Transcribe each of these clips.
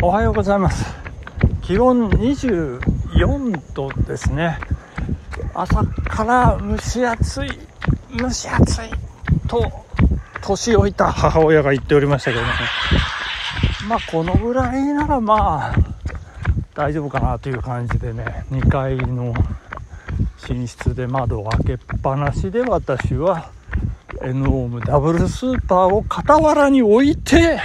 おはようございます。気温24度ですね。朝から蒸し暑いと年老いた母親が言っておりましたけどね、このぐらいなら大丈夫かなという感じでね、2階の寝室で窓を開けっぱなしで、私はエノームダブルスーパーを傍らに置いて、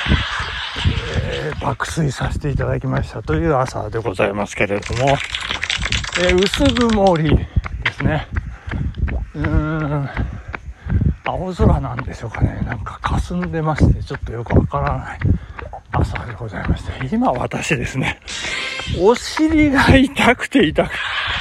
爆睡させていただきましたという朝でございますけれども、薄曇りですね。青空なんでしょうかね。なんか霞んでまして、ちょっとよくわからない朝でございまして、今私ですね、お尻が痛くて両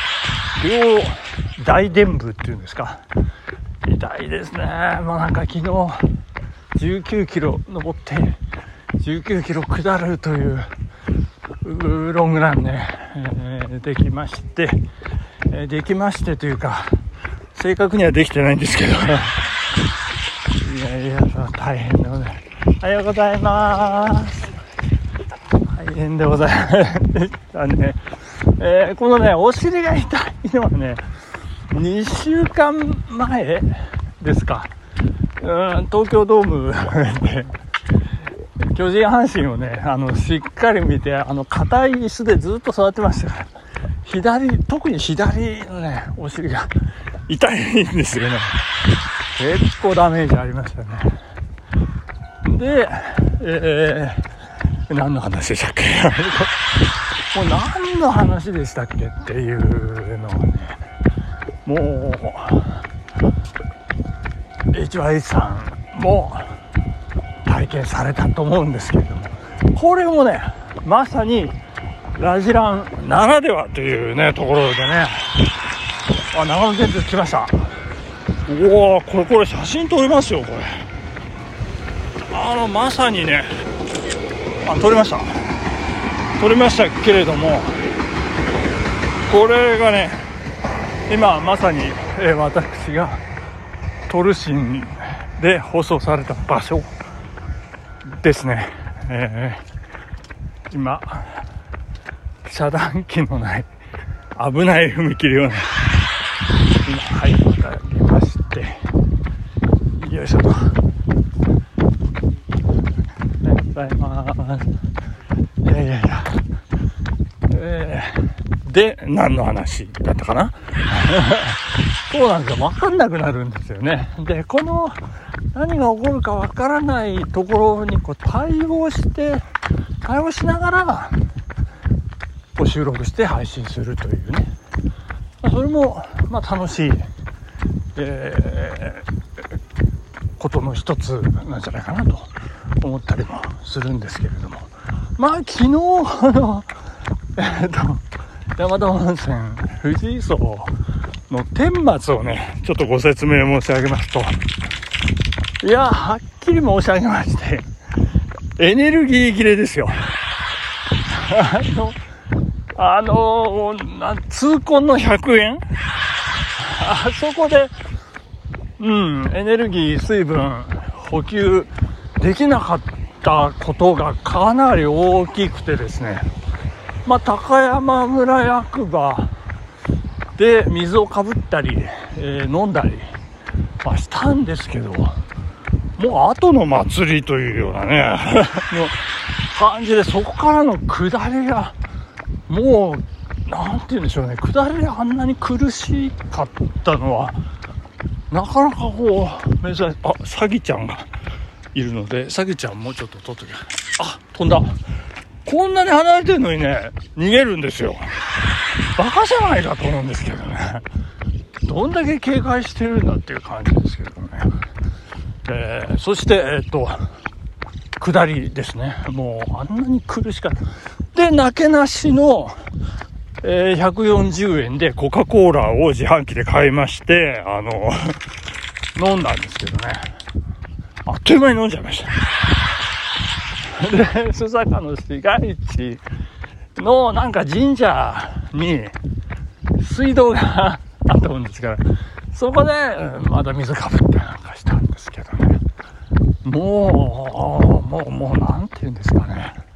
大臀部っていうんですか、痛いですね。なんか昨日19キロ登って19キロ下るというロングランね、できましてというか、正確にはできてないんですけどいや大変でございます。おはようございます。大変でございますね。このね、お尻が痛いのはね、2週間前ですか。東京ドームで巨人阪神をね、しっかり見て、硬い椅子でずっと座ってましたから、特に左のね、お尻が痛いんですよね。結構ダメージありましたね。で、何の話でしたっけもう何の話でしたっけっていうのをね、もう HY さんも体験されたと思うんですけれども、これもね、まさにラジランならではというね、ところでね、長野電鉄来ました。おー、これ写真撮れますよ、これ。まさにね、撮れましたけれども、これがね、今まさに、私がトルシンで放送された場所ですね。今遮断機のない危ない踏切をね、今入ってきまして、よいしょと。ございます。で、何の話だったかなそうなんですよ。分かんなくなるんですよね。で、この何が起こるか分からないところに対応しながら収録して配信するというね、それも楽しい、ことの一つなんじゃないかなと思ったりもするんですけれども、昨日山田温泉藤磯の顛末をね、ちょっとご説明申し上げますと、はっきり申し上げまして、エネルギー切れですよ。痛恨の100円、あそこでエネルギー水分補給できなかったことがかなり大きくてですね、高山村役場で水をかぶったり、飲んだり、したんですけど、もう後の祭りというようなねの感じで、そこからの下りがもうなんて言うんでしょうね、下りがあんなに苦しかったのはなかなか珍しい。サギちゃんがいるので、サギちゃんもうちょっと撮っときます。飛んだ。こんなに離れてるのにね、逃げるんですよ。バカじゃないかと思うんですけどね。どんだけ警戒してるんだっていう感じですけどね。そして下りですね。もうあんなに苦しかった。で、なけなしの、140円でコカ・コーラを自販機で買いまして、飲んだんですけどね、あっという間に飲んじゃいました。で、須坂の市街地のなんか神社に水道があったもんですから、そこでまだ水かぶってなんかしたんですけどね、もうなんていうんですかね、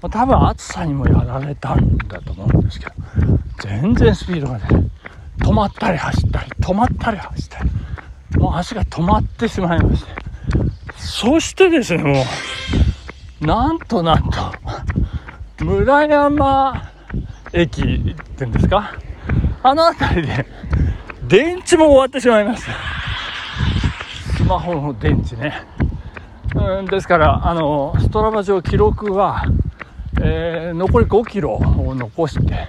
多分暑さにもやられたんだと思うんですけど、全然スピードがね、止まったり走ったり止まったり走ったり、もう足が止まってしまいまして、そしてですね、もうなんと村山駅っていうんですか、あの辺りで電池も終わってしまいました。スマホの電池ね。ですからストラバ上記録は、残り5キロを残して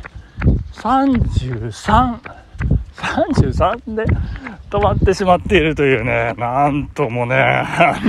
33で止まってしまっているというね、なんともね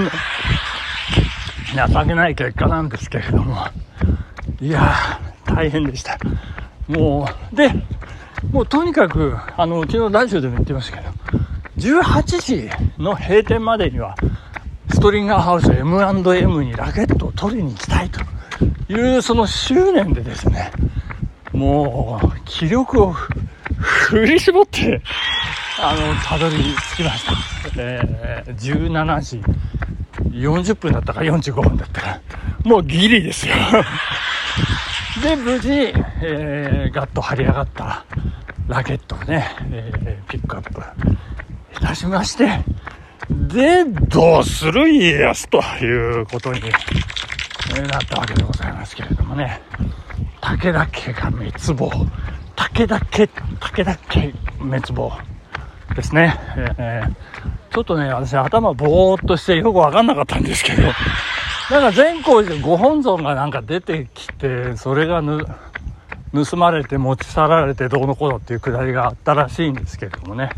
情けない結果なんですけれども、いや大変でした。もうとにかく昨日ラジオでも言ってましたけど、18時の閉店までにはストリンガーハウス M&M にラケットを取りに行きたいというその執念でですね、もう気力を振り絞ってたどり着きました。17時40分だったか45分だったか、もうギリですよで無事、ガッと張り上がったラケットをね、ピックアップいたしまして、でどうする家康ということになったわけでございますけれどもね、武田家が滅亡、武田家滅亡ですね。ちょっとね、私頭ぼーっとしてよく分かんなかったんですけど、なんか善光寺でご本尊がなんか出てきて、それが盗まれて持ち去られてどうのこうのっていうくだりがあったらしいんですけれどもね、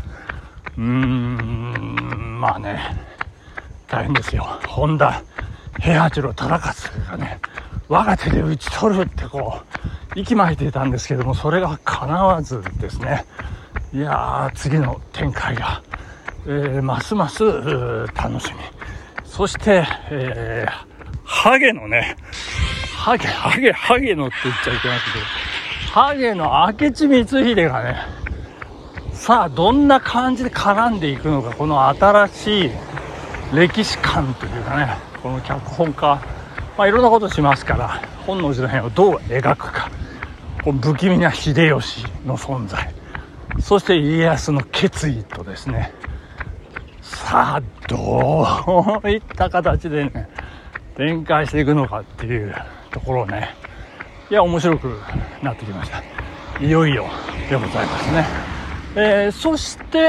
まあね、大変ですよ。本田平八郎忠勝がね、我が手で打ち取るってこう息巻いてたんですけども、それが叶わずですね。いやー、次の展開が、ますます楽しみ。そして、ハゲのね、ハゲのって言っちゃいけないけど、ハゲの明智光秀がね、さあどんな感じで絡んでいくのか、この新しい歴史観というかね、この脚本家、いろんなことしますから、本能寺の変をどう描くか、この不気味な秀吉の存在、そして家康の決意とですね、さあどういった形でね展開していくのかっていうところをね、いや面白くなってきました。いよいよでございますね。そして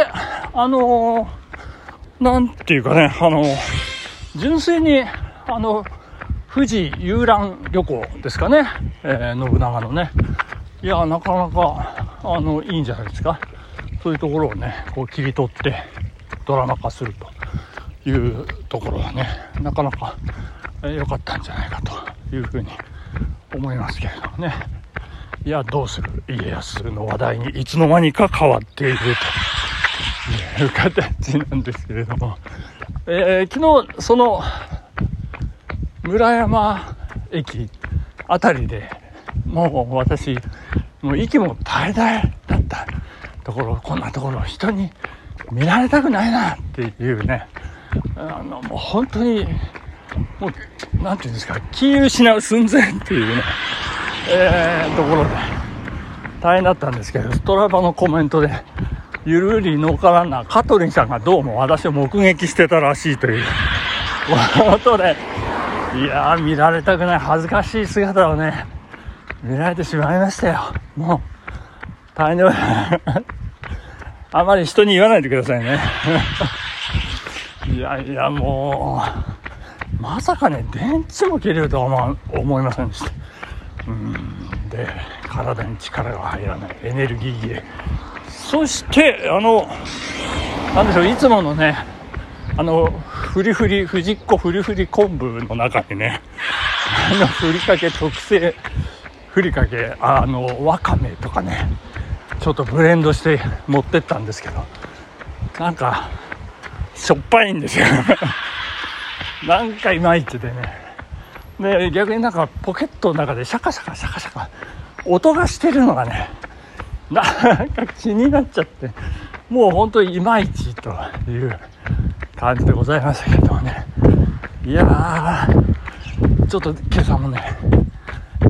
なんていうかね、純粋に富士遊覧旅行ですかね、信長のね、いやなかなかいいんじゃないですか。そういうところをねこう切り取ってドラマ化するというところはね、なかなか良かったんじゃないかというふうに思いますけれどもね。いやどうする家康の話題にいつの間にか変わっているという形なんですけれども、昨日その村山駅あたりでもう私もう息も絶え絶えだったところ、こんなところ人に見られたくないなっていうね、もう本当にもうなんていうんですか、気を失う寸前っていうね、ところで大変だったんですけど、ストラバのコメントでゆるりのからんなカトリンさんがどうも私を目撃してたらしいということで、いやー見られたくない恥ずかしい姿をね見られてしまいましたよ。もう大変であまり人に言わないでくださいねいやもうまさかね電池も切れるとは思いませんでした。で体に力が入らないエネルギー切れ、そしてなんでしょう、いつものね藤子フリフリ昆布の中にねふりかけ特製ふりかけわかめとかねちょっとブレンドして持ってったんですけど、なんかしょっぱいんですよなんかいまいちでね。で逆になんかポケットの中でシャカシャカシャカシャカ音がしてるのがねなんか気になっちゃって、もう本当にいまいちという感じでございましたけどもね。いやーちょっと今朝もね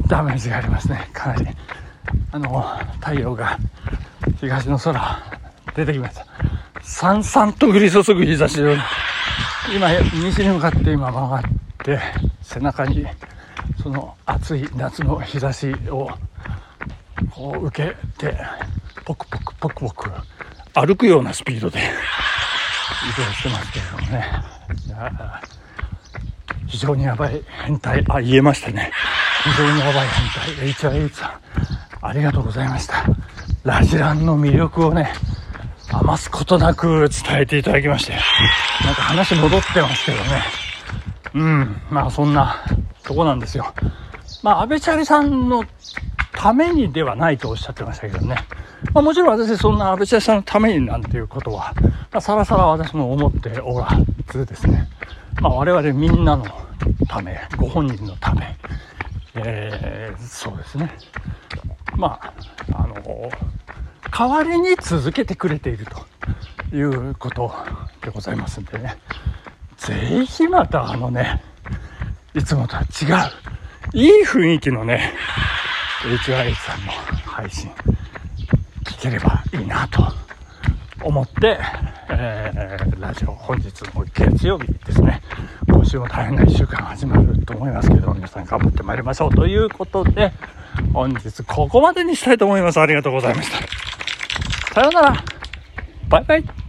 ダメージがありますね。かなり太陽が東の空出てきました。さんさんと降り注ぐ日差しを今西に向かって今曲がって背中にその暑い夏の日差しをこう受けてポクポクポクポク歩くようなスピードで移動してますけれどもね。非常にやばい変態、言えましたね。非常にやばい変態 HIH さん、ありがとうございました。ラジランの魅力をね余すことなく伝えていただきまして、なんか話戻ってますけどね。まあそんなとこなんですよ。まあ安倍チャリさんのためにではないとおっしゃってましたけどね。まあもちろん私そんな安倍チャリさんのためになんていうことは、さらさら私も思っておらずですね。まあ我々みんなのため、ご本人のため、そうですね。まあ代わりに続けてくれているということでございますんでね。ぜひまたいつもとは違ういい雰囲気のね HIH さんの配信聞ければいいなと思って、ラジオ本日の月曜日ですね。今週も大変な1週間始まると思いますけど、皆さん頑張ってまいりましょうということで、本日ここまでにしたいと思います。ありがとうございました。さようなら。バイバイ。